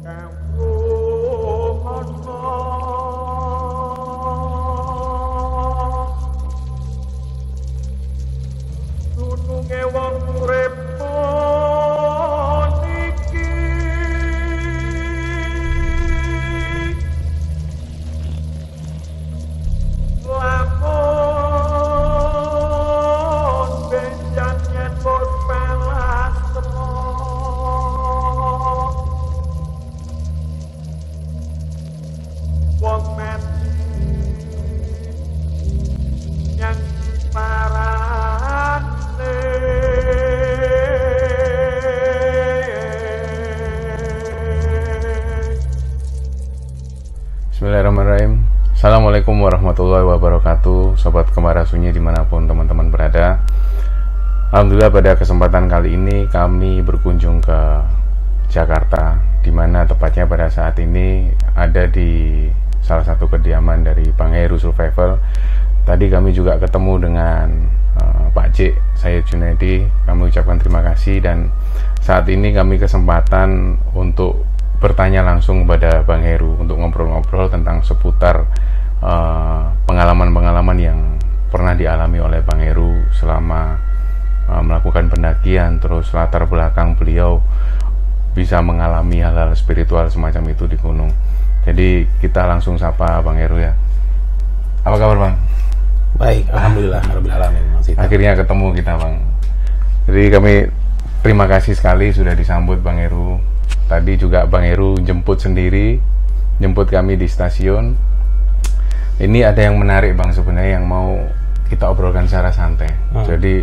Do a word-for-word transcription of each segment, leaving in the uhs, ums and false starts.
Bismillahirrahmanirrahim. Assalamualaikum warahmatullahi wabarakatuh, Sobat Kembara Sunyi dimanapun teman-teman berada. Alhamdulillah pada kesempatan kali ini kami berkunjung ke Jakarta, di mana tepatnya pada saat ini ada di salah satu kediaman dari Bang Heru Survival. Tadi kami juga ketemu dengan uh, Pak J, saya Junaidi. Kami ucapkan terima kasih, dan saat ini kami kesempatan untuk bertanya langsung kepada Bang Heru untuk ngobrol-ngobrol tentang seputar pengalaman-pengalaman uh, yang pernah dialami oleh Bang Heru selama uh, melakukan pendakian, terus latar belakang beliau bisa mengalami hal-hal spiritual semacam itu di gunung. Jadi kita langsung sapa Bang Heru ya. Apa kabar Bang? Baik, alhamdulillah, alhamdulillah. Akhirnya ketemu kita Bang. Jadi kami terima kasih sekali sudah disambut Bang Heru. Tadi juga Bang Heru jemput sendiri, jemput kami di stasiun. Ini ada yang menarik Bang sebenarnya yang mau kita obrolkan secara santai. Hmm. Jadi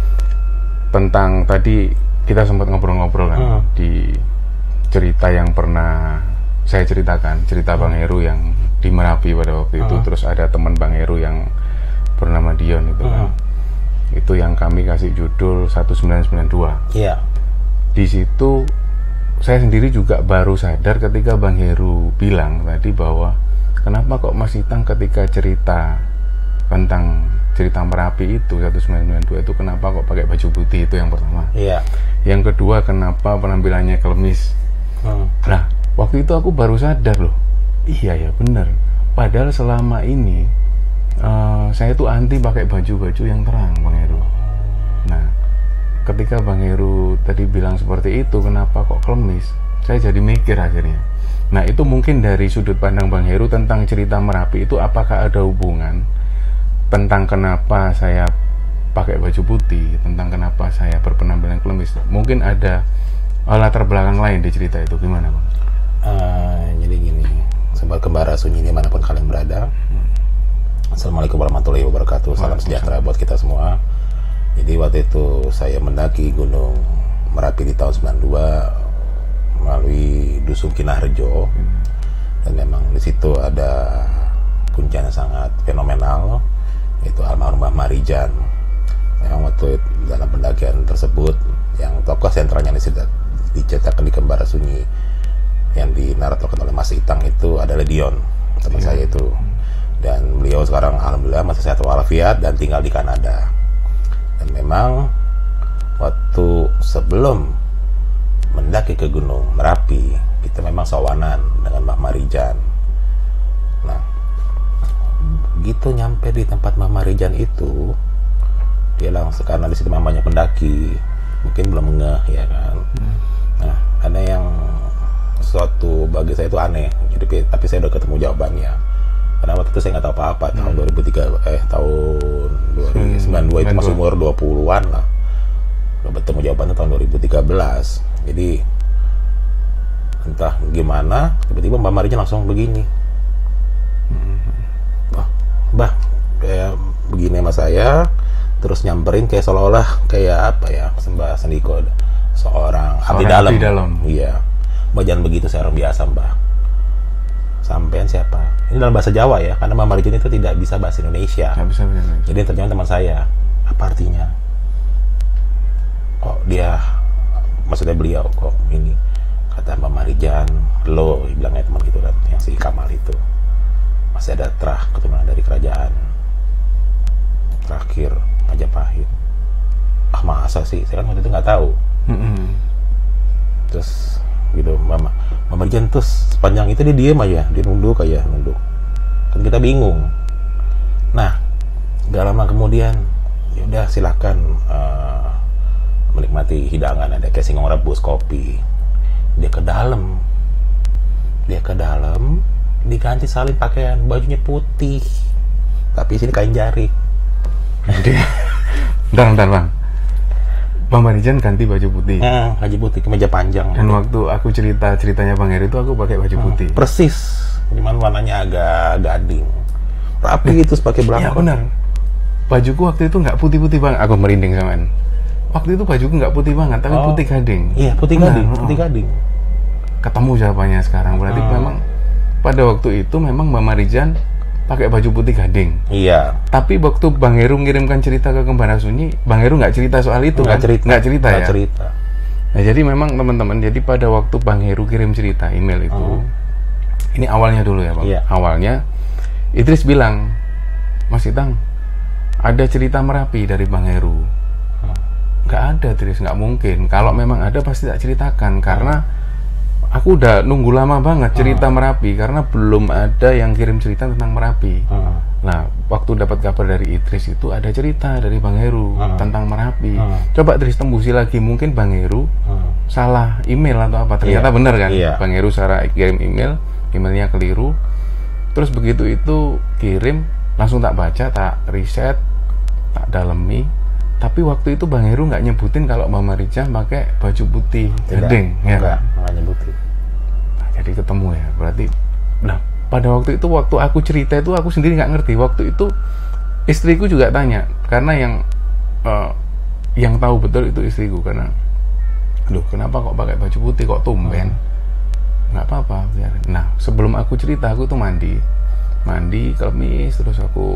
tentang tadi kita sempat ngobrol-ngobrol kan hmm. di cerita yang pernah saya ceritakan, cerita Bang Heru yang di Merapi pada waktu itu. Hmm. Terus ada teman Bang Heru yang bernama Dion itu kan. Hmm. Itu yang kami kasih judul seribu sembilan ratus sembilan puluh dua. Iya. Yeah. Di situ saya sendiri juga baru sadar ketika Bang Heru bilang tadi bahwa kenapa kok Mas Itang ketika cerita tentang cerita Merapi itu seribu sembilan ratus sembilan puluh dua itu kenapa kok pakai baju putih, itu yang pertama. Iya. Yang kedua, kenapa penampilannya klemis. Hmm. Nah, waktu itu aku baru sadar loh. Iya ya benar. Padahal selama ini uh, saya tuh anti pakai baju-baju yang terang Bang Heru. Nah, ketika Bang Heru tadi bilang seperti itu, kenapa kok klemis, saya jadi mikir akhirnya. Nah itu mungkin dari sudut pandang Bang Heru tentang cerita Merapi itu, apakah ada hubungan tentang kenapa saya pakai baju putih, tentang kenapa saya berpenampilan klemis? Mungkin ada latar belakang lain di cerita itu, gimana Bang? Uh, jadi gini, Sobat Kembara Sunyi dimanapun kalian berada, hmm. Assalamualaikum warahmatullahi wabarakatuh. Salam sejahtera buat kita semua. Jadi waktu itu saya mendaki Gunung Merapi di tahun sembilan puluh dua melalui Dusun Kinaharjo, hmm. dan memang di situ ada kuncian yang sangat fenomenal, yaitu almarhum Mbah Marijan. Memang waktu itu, dalam pendakian tersebut yang tokoh sentralnya diceritakan di Kembara Sunyi yang dinarasikan oleh Mas Itang itu adalah Dion, teman hmm. saya itu, dan beliau sekarang alhamdulillah masih sehat walafiat dan tinggal di Kanada. Dan memang waktu sebelum mendaki ke Gunung Merapi, kita memang sawanan dengan Mbah Marijan. Nah, begitu nyampe di tempat Mbah Marijan itu, dia langsung, karena di situ mamanya pendaki, mungkin belum ngeh ya kan. Hmm. Nah, ada yang sesuatu bagi saya itu aneh. Jadi, tapi saya udah ketemu jawabannya. Karena waktu itu saya nggak tahu apa-apa. Tahun hmm. dua ribu tiga, eh tahun dua ribu sembilan puluh dua itu masih umur dua puluhan lah. Udah bertemu jawabannya tahun dua ribu tiga belas. Jadi entah gimana, tiba-tiba Mbak Marijan langsung begini. Wah, Mbah, kayak begini sama saya, terus nyamperin kayak seolah-olah kayak apa ya, Mbah Sandiko, seorang abdi dalam. dalam. Iya, Mbah jangan begitu, saya orang biasa Mbah. Sampean siapa? Ini dalam bahasa Jawa ya, karena Mbah Marijan itu tidak bisa bahasa Indonesia. Nggak bisa, bisa. Jadi terjemahan teman saya. Apa artinya? Kok dia, maksudnya beliau kok ini? Kata Mbah Marijan, lo bilangnya teman gitu kan, yang si Kamal itu masih ada terah keturunan dari kerajaan terakhir Majapahit. Ah masa sih? Saya kan waktu itu nggak tahu. Mm-hmm. Terus gitu, Mbah Mbah Marijan Marijan terus sepanjang itu dia diem aja, dia nunduk aja, nunduk. Kan kita bingung. Nah, gak lama kemudian, ya udah silakan uh, menikmati hidangan. Ada kayak singkong rebus, kopi. Dia ke dalam, dia ke dalam, diganti salin pakaian, bajunya putih, tapi sini kain jarik. Dia, bentar, bentar bang. Bang Marijan ganti baju putih. Hmm, baju putih, kemeja panjang. Dan waktu aku cerita ceritanya Bang Heri itu aku pakai baju hmm, putih. Persis, cuman warnanya agak gading. Rapi itu pakai belakang. Ya benar. Bajuku waktu itu nggak putih-putih bang. Aku merinding samaan. Waktu itu bajuku nggak putih banget, tapi oh. putih gading. Iya, putih benar, gading, oh. putih gading. Ketemu jawabannya sekarang. Berarti hmm. memang pada waktu itu memang Bang Marijan pakai baju putih gading. Iya. Tapi waktu Bang Heru mengirimkan cerita ke Kembara Sunyi, Bang Heru nggak cerita soal itu nggak kan? Cerita. Nggak cerita nggak ya? cerita. Nah jadi memang teman-teman, jadi pada waktu Bang Heru kirim cerita email itu, hmm. ini awalnya dulu ya Bang. Iya. Awalnya Idris bilang, Mas Itang, ada cerita Merapi dari Bang Heru. Hmm. Nggak ada Idris, nggak mungkin. Kalau memang ada pasti tak ceritakan, karena aku udah nunggu lama banget cerita hmm. Merapi, karena belum ada yang kirim cerita tentang Merapi. Hmm. Nah, waktu dapat kabar dari Idris itu ada cerita dari Bang Heru hmm. tentang Merapi. Hmm. Coba Idris tembusi lagi, mungkin Bang Heru hmm. salah email atau apa. Ternyata yeah. benar kan? Yeah. Bang Heru salah kirim email, emailnya keliru. Terus begitu itu kirim, langsung tak baca, tak riset, tak dalemi. Tapi waktu itu Bang Heru nggak nyebutin kalau Bang Marijan pakai baju putih gading, ya enggak, nggak nyebutin. Nah, jadi ketemu ya, berarti. Nah, pada waktu itu waktu aku cerita itu aku sendiri nggak ngerti. Waktu itu istriku juga tanya, karena yang uh, yang tahu betul itu istriku, karena, aduh kenapa kok pakai baju putih kok tumben? Nggak hmm. apa-apa, biarin. Nah, sebelum aku cerita aku tuh mandi, mandi, kelemis, terus aku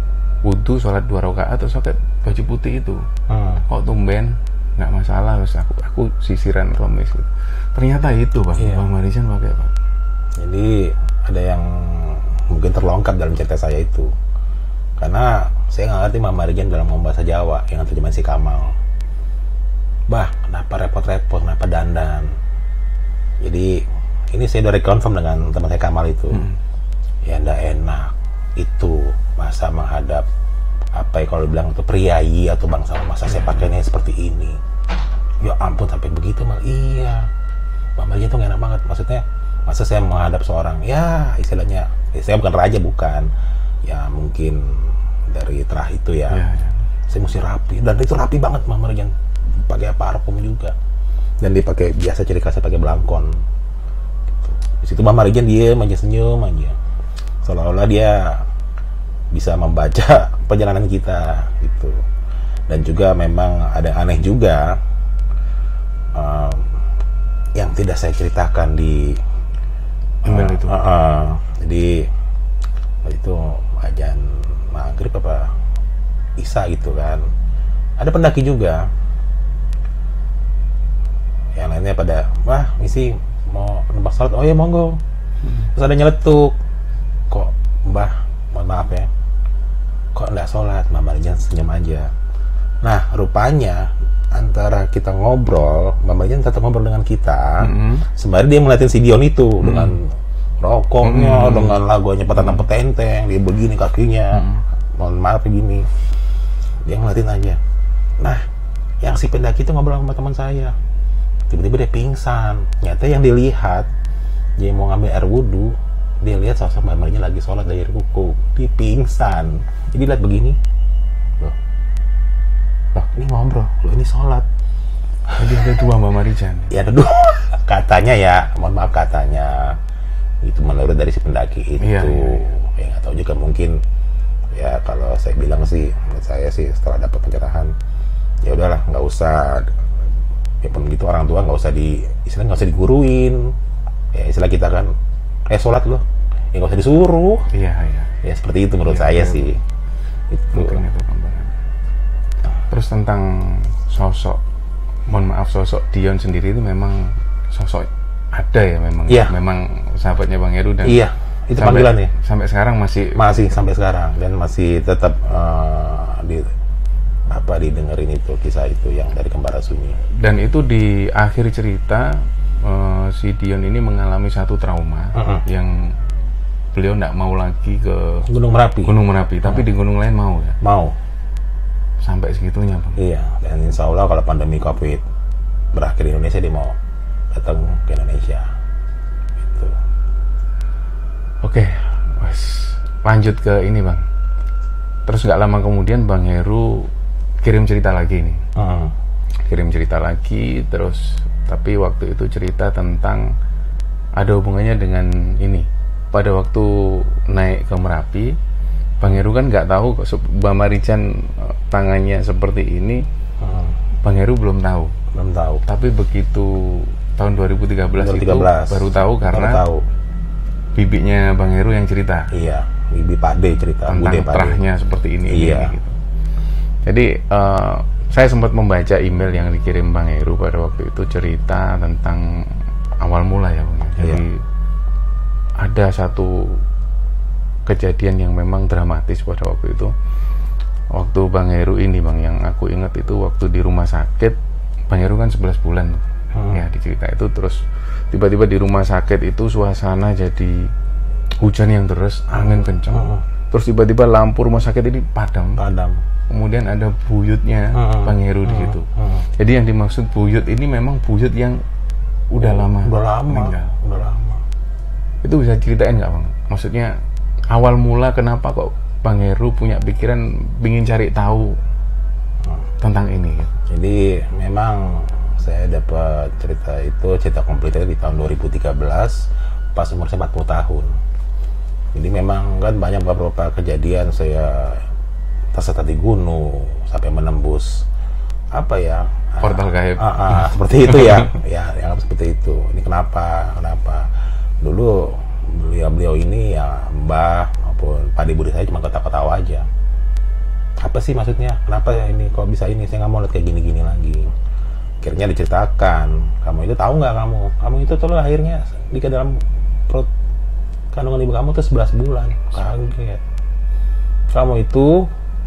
wudhu, sholat dua rakaat, terus pakai baju putih itu. hmm. Kok tumben? Nggak masalah, terus aku aku sisiran kelemis gitu. Ternyata itu Bang, iya. Bang Marijan pakai apa? Jadi ada yang mungkin terlongkap dalam cerita saya itu, karena saya nggak ngerti Bang Marijan dalam ngomong bahasa Jawa yang terjemahan si Kamal. Bah, kenapa repot-repot, kenapa dandan? Jadi ini saya udah reconfirm dengan teman saya Kamal itu. hmm. Ya ndak enak itu masa menghadap apa ya kalau bilang itu priayi atau bangsa, masa saya pakainya seperti ini. Ya ampun, sampai begitu mal. Iya, Bang Marijan tuh gak enak banget. Maksudnya masa saya menghadap seorang, ya istilahnya, ya, saya bukan raja, bukan ya, mungkin dari terah itu ya, ya, ya. Saya mesti rapi, dan itu rapi banget Bang Marijan, pakai parfum juga, dan dia pakai biasa ciri khasnya pakai belangkon gitu. Di situ Bang Marijan diem aja, senyum aja, seolah-olah dia bisa membaca perjalanan kita gitu. Dan juga memang ada yang aneh juga, um, yang tidak saya ceritakan di email uh, itu. Uh, uh, jadi itu ajan maghrib apa isya gitu kan, ada pendaki juga, yang lainnya pada wah misi mau nembak salat, oh ya monggo. hmm. Terus ada nyeletuk, kok Mbah mohon maaf ya, kok nggak sholat? Bang Marijan senyum aja. Nah, rupanya antara kita ngobrol, Bang Marijan tetap ngobrol dengan kita, mm-hmm. sembari dia ngeliatin si Dion itu, mm-hmm. dengan rokoknya, mm-hmm. dengan lagunya petantang petenteng, dia begini kakinya, mm-hmm. mohon maaf begini, dia ngeliatin aja. Nah, yang si pendaki itu ngobrol sama teman saya, tiba-tiba dia pingsan. Nyata yang dilihat, dia mau ngambil air wudhu, dia lihat sosok Bang Marijan lagi sholat dari ruku, dia pingsan. Jadi lihat begini, loh, loh ini ngobrol, loh ini sholat. Jadi ada dua Bang Marijan. Ya ada dua, katanya ya, mohon maaf katanya, itu menurut dari si pendaki itu. Iya, iya. Ya nggak tahu juga, mungkin ya kalau saya bilang sih, menurut saya sih setelah dapat pencerahan, ya udahlah nggak usah, ya pun gitu orang tua nggak usah di, istilah nggak usah diguruin, ya istilah kita kan, eh sholat loh, ya nggak usah disuruh. Iya iya. Ya seperti itu menurut iya, saya iya. sih. Itu. Itu terus tentang sosok, mohon maaf, sosok Dion sendiri itu memang sosok ada ya, memang iya. memang sahabatnya Bang Heru, dan iya itu sampai, panggilan ya sampai sekarang masih masih sampai sekarang, dan masih tetap uh, di apa didengerin itu kisah itu yang dari Kembara Sunyi. Dan itu di akhir cerita uh, si Dion ini mengalami satu trauma uh-huh. yang beliau tidak mau lagi ke Gunung Merapi. Gunung Merapi, uh-huh. tapi di gunung lain mau ya. Mau. Sampai segitunya, Bang. Iya, dan insya Allah kalau pandemi Covid berakhir di Indonesia, dia mau datang ke Indonesia. Gitu. Oke, Mas, lanjut ke ini, Bang. Terus nggak lama kemudian Bang Heru kirim cerita lagi nih. Uh-huh. Kirim cerita lagi, terus tapi waktu itu cerita tentang ada hubungannya dengan ini. Pada waktu naik ke Merapi, Bang Heru kan nggak tahu Mbak Marican tangannya seperti ini. Hmm. Bang Heru belum tahu. Belum tahu. Tapi begitu tahun dua ribu tiga belas, dua ribu tiga belas itu baru tahu karena baru tahu. Bibinya Bang Heru yang cerita. Iya, bibi Pak D cerita tentang terahnya seperti ini. Iya. Ini, gitu. Jadi uh, saya sempat membaca email yang dikirim Bang Heru pada waktu itu, cerita tentang awal mula ya, Bang. Jadi iya. ada satu kejadian yang memang dramatis pada waktu itu. Waktu Bang Heru ini, Bang, yang aku ingat itu waktu di rumah sakit. Bang Heru kan sebelas bulan hmm. ya di cerita itu. Terus tiba-tiba di rumah sakit itu suasana jadi hujan yang deras, angin kencang. Hmm. Terus tiba-tiba lampu rumah sakit ini padam. Padam. Kemudian ada buyutnya hmm. Bang Heru di situ. Hmm. Jadi yang dimaksud buyut ini memang buyut yang udah oh, lama. Udah lama. Meninggal. Udah lama. Itu bisa ceritain nggak, Bang? Maksudnya awal mula kenapa kok Bang Heru punya pikiran ingin cari tahu hmm. tentang ini? Gitu. Jadi memang saya dapat cerita itu, cerita komplitnya di tahun dua ribu tiga belas pas umur saya empat puluh tahun. Jadi memang kan banyak beberapa kejadian saya tersesat di gunung sampai menembus apa ya portal gaib. Ah, ah, ah, seperti itu ya, ya, yang seperti itu. Ini kenapa? Kenapa? Dulu beliau-beliau ini ya Mbah maupun Pak D Budi saya cuma ketawa-ketawa aja. Apa sih maksudnya? Kenapa ya ini kok bisa ini? Saya nggak mau lihat kayak gini-gini lagi. Akhirnya diceritakan, kamu itu tahu nggak kamu? Kamu itu tuh lahirnya di dalam perut kandungan ibu kamu tuh sebelas bulan. Kaget. Kamu itu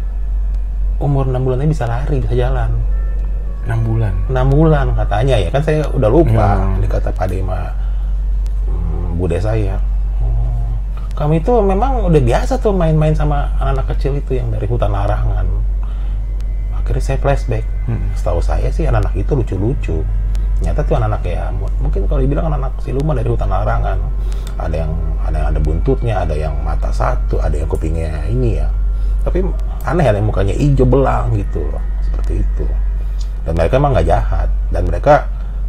umur enam bulannya bisa lari, bisa jalan. enam bulan? enam bulan katanya ya. Kan saya udah lupa. Hmm. Ini kata Pak Dema, hmm, bude saya. Hmm. Kamu itu memang udah biasa tuh main-main sama anak-anak kecil itu yang dari hutan larangan. Akhirnya saya flashback. Hmm. Setahu saya sih anak-anak itu lucu-lucu. Ternyata tuh anak-anak ya, mungkin kalau dibilang anak-anak siluman dari hutan larangan. Ada yang ada yang ada buntutnya, ada yang mata satu, ada yang kupingnya ini ya. Tapi aneh ya, mukanya hijau belang gitu loh, seperti itu. Dan mereka emang nggak jahat. Dan mereka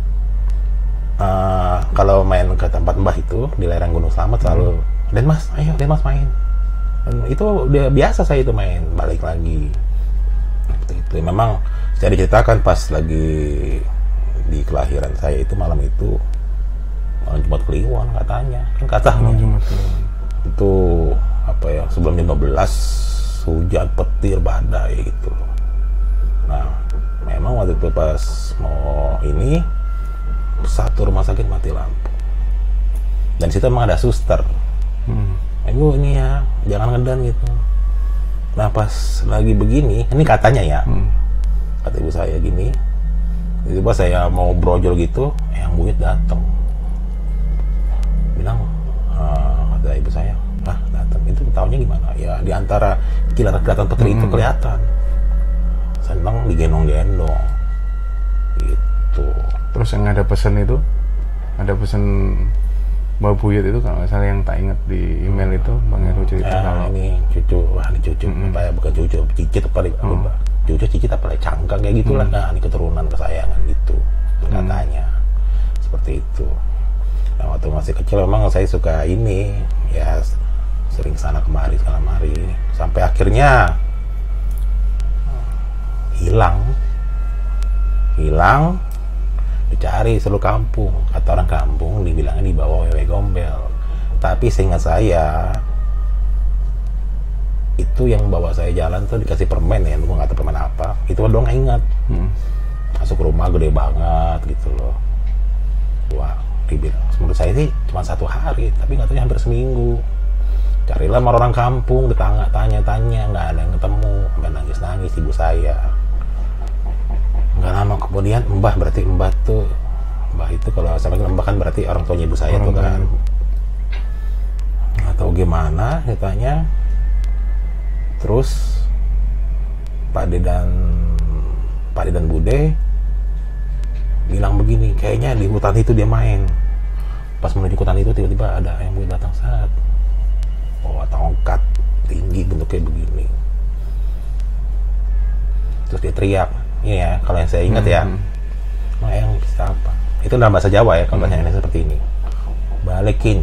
uh, kalau main ke tempat Mbah itu di lereng Gunung Slamet selalu, hmm. Den Mas, ayo Den Mas main. Dan itu udah biasa saya itu main, balik lagi. Seperti itu. Memang saya diceritakan pas lagi di kelahiran saya itu malam itu malam Jumat Kliwon katanya. Kan katanya itu apa ya, sebelum jam dua belas hujan petir badai gitu loh. Nah memang waktu itu pas mau ini satu rumah sakit mati lampu dan situ emang ada suster. hmm. Ibu ini ya jangan ngedan gitu. Nah pas lagi begini ini katanya ya, hmm. kata ibu saya gini, tiba-tiba saya mau brojol gitu, yang buyut datang bilang, uh, kata ibu saya, ah datang itu tahunya gimana ya, di antara kilatan kelihatan petir hmm. itu kelihatan senang digendong-gendong gitu. Terus yang ada pesan itu, ada pesan Mbak Buyut itu kalau nggak salah yang tak ingat di email itu Bang Heru cerita ya, kalau ini cucu, wah ini cucu hmm. apa ya, bukan cucu, cicit apa nih, hmm. cucu cicit apa ya, cangkang kayak gitulah. hmm. Nah ini keturunan kesayangan gitu katanya. hmm. Seperti itu. Nah waktu masih kecil memang saya suka ini ya, sering sana kemari sana kemari sampai akhirnya hilang hilang dicari seluruh kampung. Kata orang kampung dibilangnya dibawa wewe gombel, tapi seingat saya itu yang bawa saya jalan tuh dikasih permen ya, gue nggak tahu permen apa itu doang ingat. hmm. Masuk rumah gede banget gitu loh. Wah dibilang menurut saya sih cuma satu hari, tapi nggak tahu hampir seminggu. Carilah sama orang kampung, ditanya tanya-tanya, nggak ada yang ketemu, sampai nangis-nangis ibu saya. Nggak lama kemudian Mbah, berarti Mbah tuh Mbah itu itu kalau sampai lembah kan berarti orang tuanya ibu saya orang tuh kan atau gimana ditanya. Terus Pak De dan Pak De dan Bude bilang begini, kayaknya di hutan itu dia main. Pas menuju hutan itu tiba-tiba ada yang Bude datang saat bawa tongkat tinggi bentuknya begini. Terus dia teriak, ini ya kalau yang saya ingat ya, nah yang bisa apa? Itu dalam bahasa Jawa ya, kalau bahasa Indonesia seperti ini. Balikin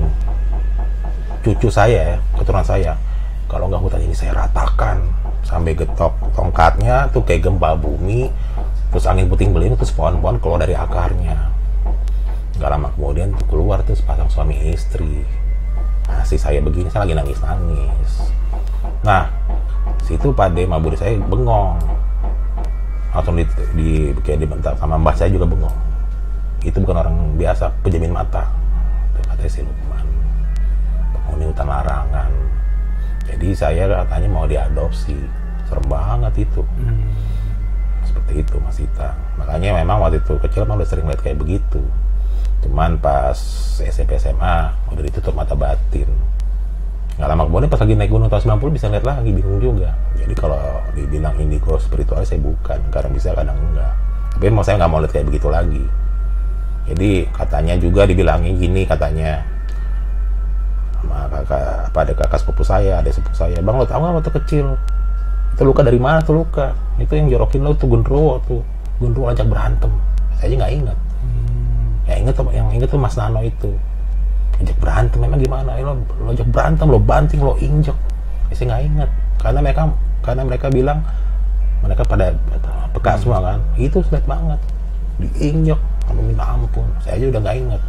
cucu saya, keturunan saya. Kalau nggak hutan ini saya ratakan sampai getok tongkatnya tuh kayak gempa bumi, terus angin puting beliung, terus pohon-pohon keluar dari akarnya. Gak lama kemudian tuh keluar tuh sepasang suami istri. Nah, si saya begini, saya lagi nangis-nangis. Nah, situ Pak De sama Bude saya bengong. Langsung di, di kayak dibentak sama mbah saya juga bengong. Itu bukan orang biasa, penjamin mata. Itu katanya siluman, penghuni hutan larangan. Jadi saya katanya mau diadopsi. Serem banget itu. Hmm. Seperti itu Mas Ita. Makanya memang waktu itu kecil memang udah sering lihat kayak begitu. Cuman pas S M P S M A udah ditutup mata batin. Nggak lama kemudian pas lagi naik gunung tahun sembilan puluh bisa lihat lagi, bingung juga. Jadi kalau dibilang indigo spiritual saya bukan, kadang bisa kadang enggak. Tapi mau saya nggak mau lihat kayak begitu lagi. Jadi katanya juga dibilangin gini katanya sama kakak, apa ada kakak sepupu saya, ada sepupu saya, bang lo tau nggak waktu kecil itu luka dari mana tuh luka? Itu yang jorokin lo tuh Gunderuwo tuh, Gunderuwo ajak berantem. Saya aja nggak ingat. Hmm. Ya inget yang inget tuh Mas Nano itu ajak berantem. Memang gimana? Ya, lo, lo ajak berantem, lo banting, lo injek. Ya, saya nggak ingat karena mereka karena mereka bilang mereka pada peka hmm. semua kan. Itu sulit banget diinjek, minta ampun. Saya aja udah nggak ingat.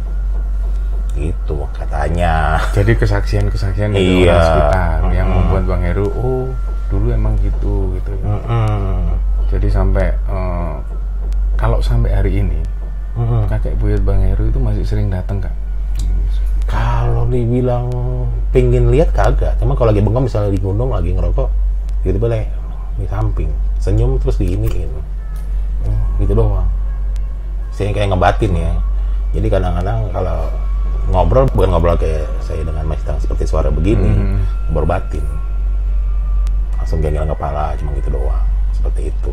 Itu katanya. Jadi kesaksian-kesaksian dari iya. orang sekitar mm-hmm. yang membuat Bang Heru, oh dulu emang gitu gitu. Mm-hmm. Jadi sampai uh, kalau sampai hari ini mm-hmm. kakek buyut Bang Heru itu masih sering datang kak? Kalau dibilang pingin lihat kagak, cuma kalau lagi bengong misalnya di gunung lagi ngerokok, gitu boleh di samping senyum terus diiniin, mm, gitu doang. Saya kayak ngebatin ya. Jadi kadang-kadang kalau ngobrol bukan ngobrol kayak saya dengan Mas Tang seperti suara begini, hmm. ngobrol batin, langsung geleng kepala, cuma gitu doang, seperti itu.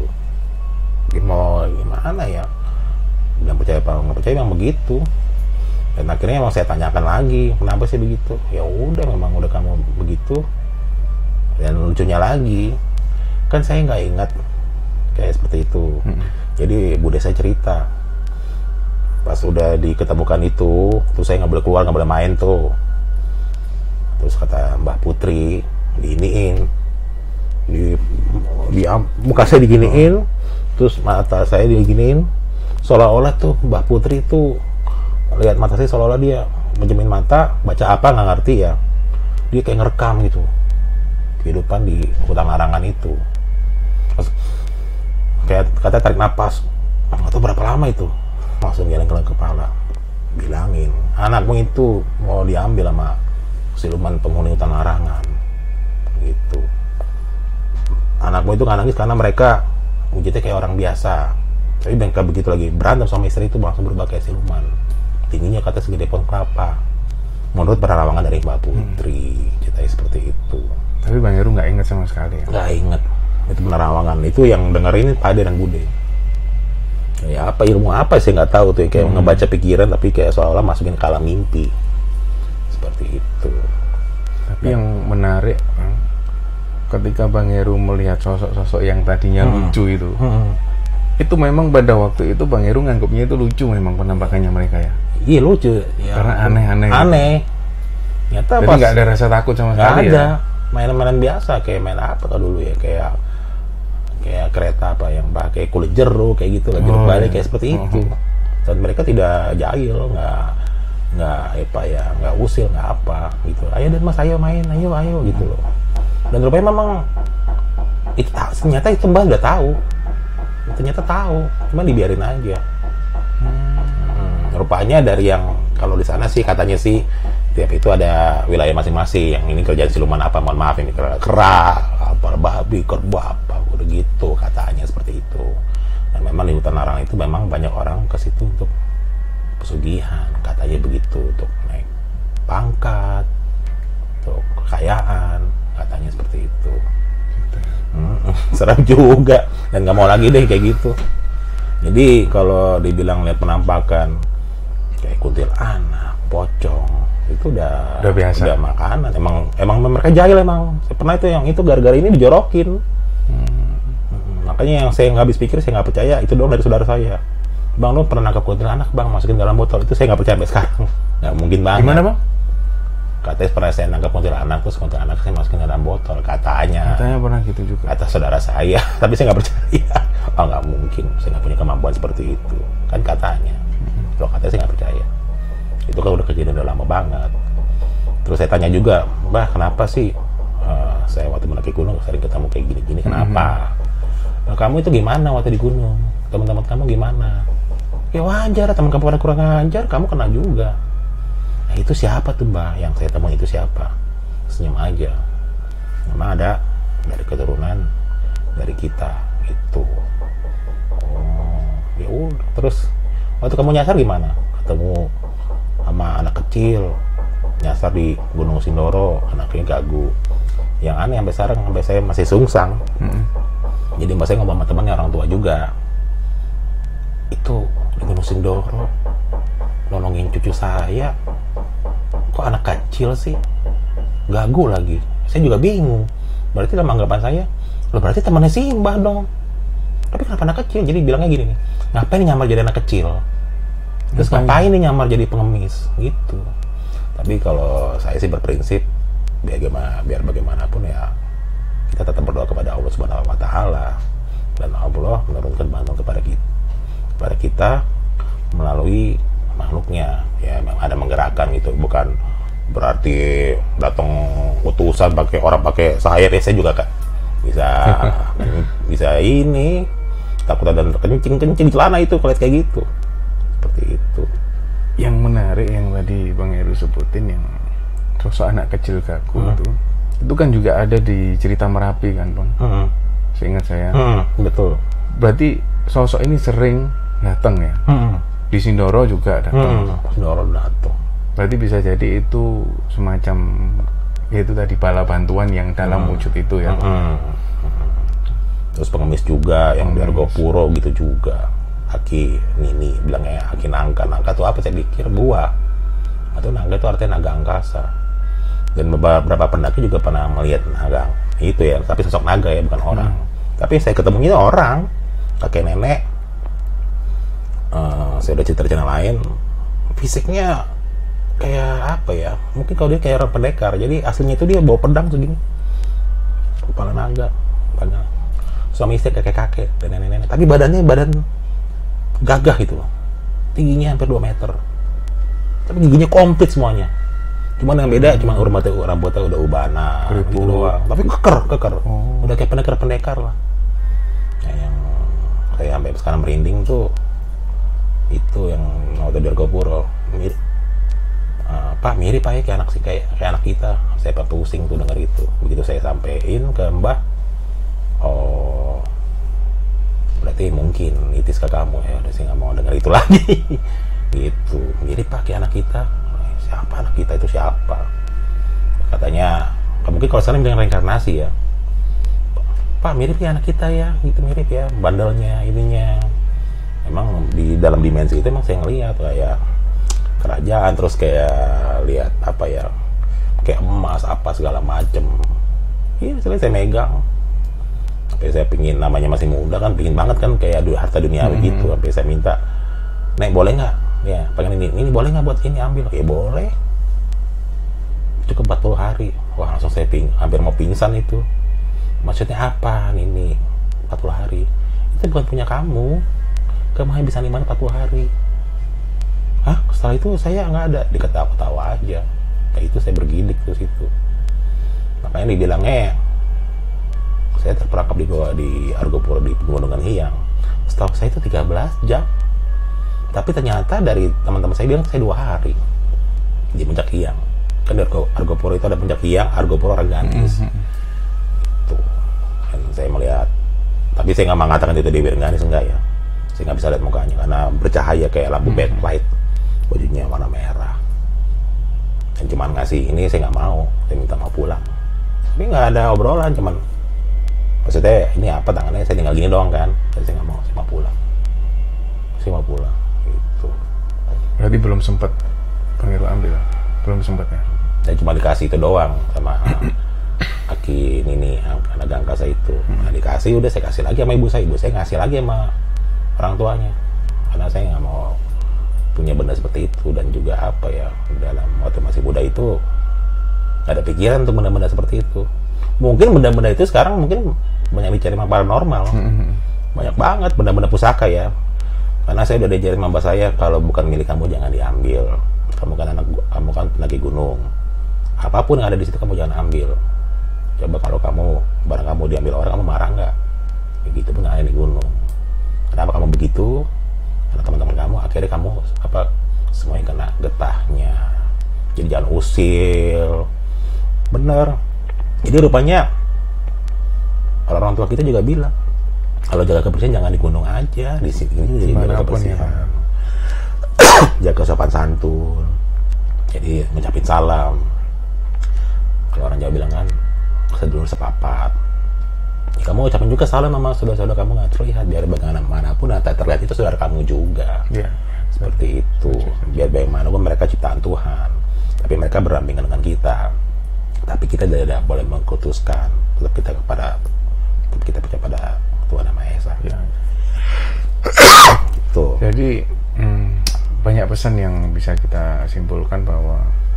Mau gimana ya? Bilang percaya apa nggak percaya memang begitu. Dan akhirnya emang saya tanyakan lagi, kenapa sih begitu? Ya udah, memang udah kamu begitu. Dan lucunya lagi, kan saya nggak ingat kayak seperti itu. Hmm. Jadi Bude saya cerita. Pas udah diketemukan itu, terus saya nggak boleh keluar, nggak boleh main tuh. Terus kata Mbah Putri, diiniin, di, di muka saya diginiin, terus mata saya diginiin, seolah-olah tuh Mbah Putri tuh lihat mata saya seolah-olah dia menjamin mata, baca apa nggak ngerti ya, dia kayak ngerekam gitu kehidupan di hutan larangan itu. Terus, kayak kata tarik napas, nggak tahu berapa lama itu. Langsung geleng-geleng kepala, bilangin anakmu itu mau diambil sama siluman penghuni hutan larangan gitu. Anakmu itu nggak nangis karena mereka wujudnya kayak orang biasa, tapi mereka begitu lagi berantem sama istri itu langsung berubah kayak siluman. Tingginya kata segede pohon kelapa menurut penerawangan dari Mbak Putri. hmm. Ceritanya seperti itu. Tapi Bang Heru nggak inget sama sekali ya? Nggak inget, itu penerawangan. Itu yang dengerin Pak De dan Bude. Ya apa ilmu apa sih nggak tahu tuh, kayak hmm. ngebaca pikiran tapi kayak seolah-olah masukin ke alam mimpi seperti itu. Tapi nah, yang menarik ketika Bang Heru melihat sosok-sosok yang tadinya hmm. lucu itu, hmm. itu memang pada waktu itu Bang Heru nganggapnya itu lucu memang penampakannya mereka ya? Iya lucu ya, karena aneh-aneh aneh gitu. Nyata jadi nggak ada rasa takut sama sekali ya? Ada mainan-mainan biasa kayak main apa tuh dulu ya, kayak kayak kereta apa yang pakai kulit jeruk kayak gitu lah, jeruk oh, balik iya. kayak seperti oh. itu. Dan mereka tidak jahil, nggak nggak apa ya, nggak usil, nggak apa gitu. Ayo dan mas, ayo main, ayo ayo gitu loh. Dan rupanya memang itu ternyata itu mbak udah tahu, ternyata tahu, cuma dibiarin aja. Hmm, rupanya dari yang kalau di sana sih katanya sih tiap itu ada wilayah masing-masing. Yang ini kerjaan siluman apa, mohon maaf ini kera, kera apa babi, kerbau apa, udah gitu katanya seperti itu. Dan memang di hutan larangan itu memang banyak orang ke situ untuk pesugihan, katanya begitu, untuk naik pangkat, untuk kekayaan, katanya seperti itu. Hmm, serem juga, dan nggak mau lagi deh kayak gitu. Jadi kalau dibilang lihat penampakan kayak kuntilanak, pocong, itu udah udah biasa, udah makanan. Emang emang mereka jahil emang. Saya pernah itu yang itu gara-gara ini dijorokin. Hmm. Hmm, makanya yang saya nggak habis pikir, saya nggak percaya itu doang dari saudara saya. Bang, lu pernah nangkap kuntilanak bang, masukin dalam botol? Itu saya nggak percaya sampai sekarang. Nggak mungkin banget. Gimana bang? Katanya pernah saya nangkap kuntilanak, terus kuntilanak saya masukin dalam botol, katanya. Katanya pernah gitu juga. Kata saudara saya, tapi saya nggak percaya. Oh nggak mungkin, saya nggak punya kemampuan seperti itu, kan katanya. Hmm. Kalau katanya saya nggak percaya. Itu kan udah kejadian udah lama banget. Terus saya tanya juga, Mbah kenapa sih uh, saya waktu mendaki gunung sering ketemu kayak gini-gini, kenapa? Hmm. Nah, kamu itu gimana waktu di gunung? Teman-teman kamu gimana? Ya wajar, teman kamu pada kurang ajar, kamu kena juga. Nah, itu siapa tuh Mbak yang saya temuin, itu siapa? Senyum aja. Memang ada dari keturunan dari kita itu. Oh, ya udah. Terus waktu kamu nyasar gimana? Ketemu sama anak kecil nyasar di Gunung Sindoro, anaknya gagu. Yang aneh sampai sekarang, sampai saya masih sungsang. Hmm. Jadi mbak saya ngomong sama temannya orang tua juga. Itu di Gunung Sindoro nolongin cucu saya, kok anak kecil sih, gagu lagi. Saya juga bingung. Berarti dalam anggapan saya, lo berarti temannya si Mbah dong. Tapi kenapa anak kecil? Jadi bilangnya gini nih, ngapain nyamar jadi anak kecil? Terus ngapain nih nyamar jadi pengemis gitu. Tapi kalau saya sih berprinsip biar gimana, biar bagaimanapun ya kita tetap berdoa kepada Allah Subhanahu wa taala, dan Allah menurunkan bantuan kepada kita kepada kita melalui makhluknya. Ya memang ada menggerakkan gitu, bukan berarti datang utusan pakai orang pakai sihir. Ya saya juga kan bisa bisa ini takut ada kencing-kencing di celana itu kalau kayak gitu. Seperti itu. Yang menarik yang tadi Bang Heru sebutin, yang sosok anak kecil gagu hmm. itu itu kan juga ada di cerita Merapi kan Bang, hmm. seingat saya. hmm, betul. Berarti sosok ini sering datang ya, hmm. di Sindoro juga datang. hmm. Sindoro datang. Berarti bisa jadi itu semacam itu tadi bala bantuan yang dalam hmm. wujud itu ya. hmm. Terus pengemis juga yang di Argopuro gitu juga. Aki Nini bilangnya Aki Nangka. Nangka itu apa? Saya pikir buah. Atau naga itu artinya naga angkasa. Dan beberapa pendaki juga pernah melihat naga itu ya, tapi sosok naga ya, bukan orang. hmm. Tapi saya ketemunya orang, kakek nenek. uh, saya udah cerita-cerita lain, fisiknya kayak apa ya, mungkin kalau dia kayak orang pendekar. Jadi aslinya itu dia bawa pedang segini, kepala naga, banyak. Suami istri kakek-kakek dan nenek-nenek, tapi badannya badan gagah gitu loh, tingginya hampir dua meter, tapi giginya komplit semuanya. Cuman yang beda, cuman rambutnya rambutnya udah ubana gitu doang, tapi keker keker, oh. udah kayak pendekar-pendekar lah. Nah, yang kayak sampai sekarang merinding tuh itu yang waktu di Argopuro, mirip uh, Pak mirip Pak ya kayak anak sih kayak kayak anak kita. Saya pak pusing tuh dengar itu. Begitu saya sampein ke Mbah, oh berarti mungkin itis ke kamu ya. Udah saya nggak mau dengar itu lagi. Gitu, mirip Pak kayak anak kita. Siapa anak kita itu siapa? Katanya mungkin kalau sekarang bilang reinkarnasi ya. Pak mirip ya anak kita ya, gitu mirip ya, bandelnya ininya. Emang di dalam dimensi itu emang saya ngeliat kayak kerajaan, terus kayak lihat apa ya, kayak emas apa segala macem. Iya, saya, saya megang. Sampai saya pingin, namanya masih muda kan, pingin banget kan kayak harta duniawi mm-hmm. gitu. Sampai saya minta, Nek boleh nggak? Ya pengen ini, ini boleh nggak buat ini ambil? Ya boleh. Cukup empat puluh hari. Wah langsung saya ping, hampir mau pingsan itu. Maksudnya apa ini empat puluh hari? Itu bukan punya kamu. Kamu hanya bisa nimban empat puluh hari. Hah? Setelah itu saya nggak ada. Diketawa-tawa aja. Kayak itu saya bergidik terus itu. Makanya dibilangnya saya terperangkap di bawah di Argopuro di Pegunungan Hiang. Setahu saya itu tiga belas jam. Tapi ternyata dari teman-teman saya bilang saya dua hari di Puncak Hiang. Kan di Argopuro itu ada Puncak Hiang, Argopuro, Rengganis. Mm-hmm. Tuh. Dan saya melihat, tapi saya nggak mengatakan itu di Rengganis, enggak ya. Saya nggak bisa lihat mukanya karena bercahaya kayak lampu mm-hmm. backlight. bajunya warna merah. Dan cuman ngasih ini, saya nggak mau, saya minta mau pulang. Tapi nggak ada obrolan, cuman maksudnya ini apa tangannya, saya tinggal gini doang kan. Dan saya nggak mau, saya mau pulang. Saya mau pulang, gitu. Berarti belum sempat Pangeru ambil, belum sempat ya? Dan cuma dikasih itu doang sama Aki Nini, anak angkasa itu. Nah, dikasih, udah saya kasih lagi sama ibu saya. Ibu saya ngasih lagi sama orang tuanya. Karena saya nggak mau punya benda seperti itu. Dan juga apa ya, dalam waktu masih muda itu nggak ada pikiran untuk benda-benda seperti itu. Mungkin benda-benda itu sekarang mungkin banyak bicara sama paranormal. Banyak banget benda-benda pusaka ya. Karena saya udah diajarin sama mbak saya, kalau bukan milik kamu jangan diambil. Kamu kan anak, kamu kan pendaki gunung. Apapun yang ada di situ kamu jangan ambil. Coba kalau kamu barang kamu diambil orang, kamu marah nggak? Begitu pun ada di gunung. Kenapa kamu begitu? Karena teman-teman kamu akhirnya kamu apa semuanya kena getahnya. Jadi jangan usil. Bener. Jadi rupanya orang-orang tua kita juga bilang, kalau jaga kebersihan jangan di gunung aja, di sini jadi jaga kebersihan. Ya. Jaga sopan santun. Jadi ngucapin salam. Kalau orang Jawa bilang kan, sedulur sepapat. Ya, kamu ucapin juga salam sama saudara-saudara kamu, nggak terlihat, biar bagaimanapun tak terlihat itu saudara kamu juga. Ya. Seperti itu. Biar bagaimanapun mereka ciptaan Tuhan, tapi mereka berdampingan dengan kita. Tapi kita tidak boleh mengkutuskan. Tetap kita kepada, tetap kita percaya pada Tuhan Yang Maha Esa. Ya. Itu. Jadi hmm, banyak pesan yang bisa kita simpulkan bahwa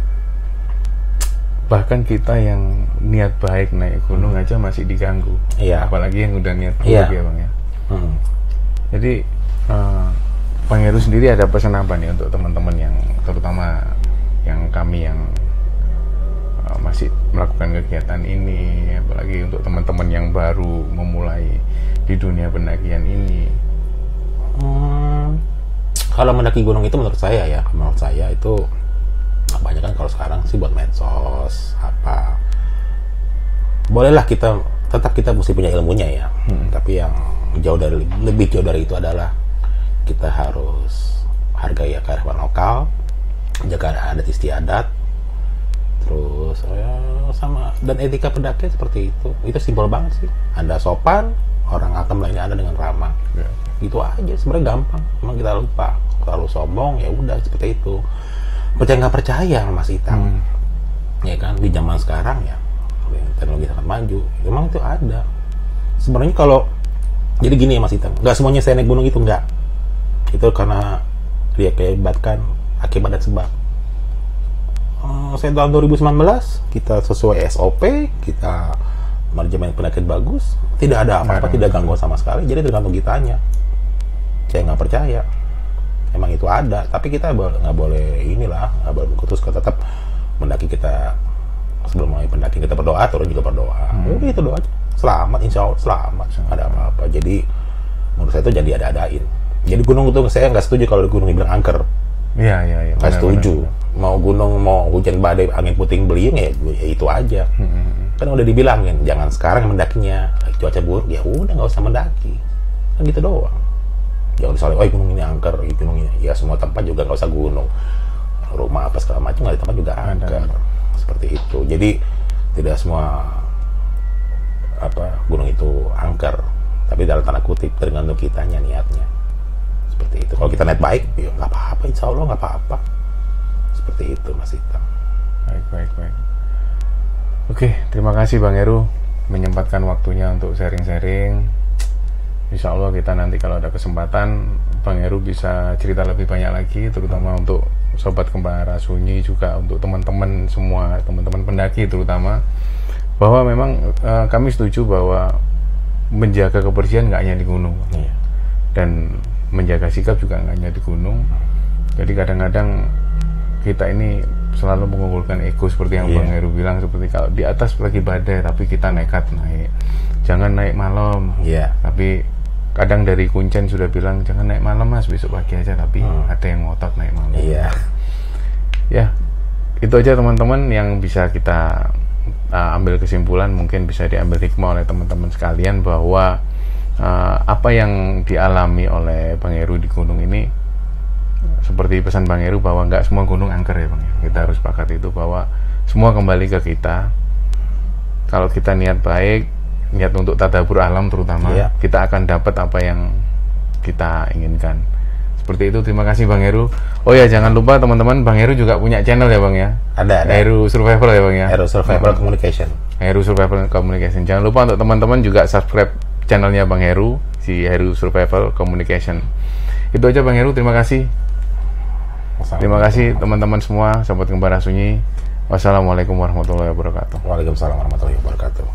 bahkan kita yang niat baik naik gunung hmm. aja masih diganggu. Iya. Apalagi yang udah niat buruk ya, ya Bang ya. Hmm. Jadi uh, Pangeru sendiri ada pesan apa nih untuk teman-teman yang terutama yang kami yang uh, masih melakukan kegiatan ini, apalagi untuk teman-teman yang baru memulai di dunia pendakian ini? Hmm, kalau mendaki gunung itu menurut saya ya, menurut saya itu banyak kan kalau sekarang sih buat medsos apa, bolehlah kita tetap kita mesti punya ilmunya ya, hmm. tapi yang jauh dari lebih jauh dari itu adalah kita harus hargai ya kearifan lokal, jaga adat istiadat, terus ya, sama dan etika pendakian seperti itu. Itu simpel banget sih. Anda sopan, orang akan melayani Anda dengan ramah. Yeah. Gitu aja, sebenarnya gampang. Emang kita lupa, terlalu sombong ya udah seperti itu. Percaya nggak percaya Mas Itam, hmm. ya kan di zaman sekarang ya teknologi sangat maju, memang itu ada. Sebenarnya kalau jadi gini ya Mas Itam, nggak semuanya saya naik gunung itu nggak, itu karena dia kehebatkan akibat dan sebab. Uh, saya tahun dua ribu sembilan belas kita sesuai S O P, kita manajemen pendakian bagus, tidak ada apa-apa, tidak gangguan sama sekali. Jadi tergantung kitanya. Saya nggak percaya. Emang itu ada, tapi kita nggak boleh inilah, nggak boleh mengkutuskan, tetap mendaki kita sebelum mulai pendaki kita berdoa, turun juga berdoa. Hmm. Udah itu doa aja. Selamat, insya Allah selamat, nggak ada apa-apa. Jadi menurut saya itu jadi ada-adain. Jadi gunung itu saya nggak setuju kalau gunung dibilang angker. Iya iya iya. Nggak setuju. Benar, benar. Mau gunung mau hujan badai angin puting beliung ya, ya itu aja. Hmm. Kan udah dibilangin jangan sekarang mendakinya, cuaca buruk ya udah nggak usah mendaki. Kan gitu doang. Jangan disalih, oh gunung ini angker, gunung ini ya semua tempat juga nggak usah gunung, rumah apa segala macam nggak di tempat juga angker. Ada. Seperti itu. Jadi tidak semua apa gunung itu angker, tapi dalam tanda kutip tergantung kitanya niatnya. Seperti itu. Kalau kita niat baik, ya nggak apa-apa, insya Allah nggak apa-apa. Seperti itu Mas Itam. Baik baik baik. Oke, terima kasih Bang Heru menyempatkan waktunya untuk sharing-sharing. Insya Allah kita nanti kalau ada kesempatan Bang Heru bisa cerita lebih banyak lagi, terutama untuk Sobat Kembara Sunyi, juga untuk teman-teman semua, teman-teman pendaki terutama, bahwa memang uh, kami setuju bahwa menjaga kebersihan nggak hanya di gunung, iya. dan menjaga sikap juga nggak hanya di gunung. Jadi kadang-kadang kita ini selalu mengunggulkan ego seperti yang iya. Bang Heru bilang, seperti kalau di atas lagi badai tapi kita nekat naik, jangan naik malam, iya. tapi kadang dari Kuncen sudah bilang jangan naik malam Mas, besok pagi aja, tapi hmm. ada yang ngotot naik malam. Iya. Ya, itu aja teman-teman yang bisa kita uh, ambil kesimpulan, mungkin bisa diambil hikmah oleh teman-teman sekalian bahwa uh, apa yang dialami oleh Bang Heru di gunung ini seperti pesan Bang Heru bahwa nggak semua gunung angker ya Bang. Kita harus sepakat itu bahwa semua kembali ke kita. Kalau kita niat baik, niat untuk tadabbur alam terutama, yeah. kita akan dapat apa yang kita inginkan. Seperti itu. Terima kasih Bang Heru. Oh ya, jangan lupa teman-teman, Bang Heru juga punya channel ya Bang ya. Ada, ada. Heru Survival ya Bang ya. Heru Survival hmm. Communication. Heru Survival Communication. Jangan lupa untuk teman-teman juga subscribe channelnya Bang Heru, si Heru Survival Communication. Itu aja Bang Heru. Terima kasih. Terima kasih teman-teman semua, sahabat Gembara Sunyi. Wassalamualaikum warahmatullahi wabarakatuh. Waalaikumsalam warahmatullahi wabarakatuh.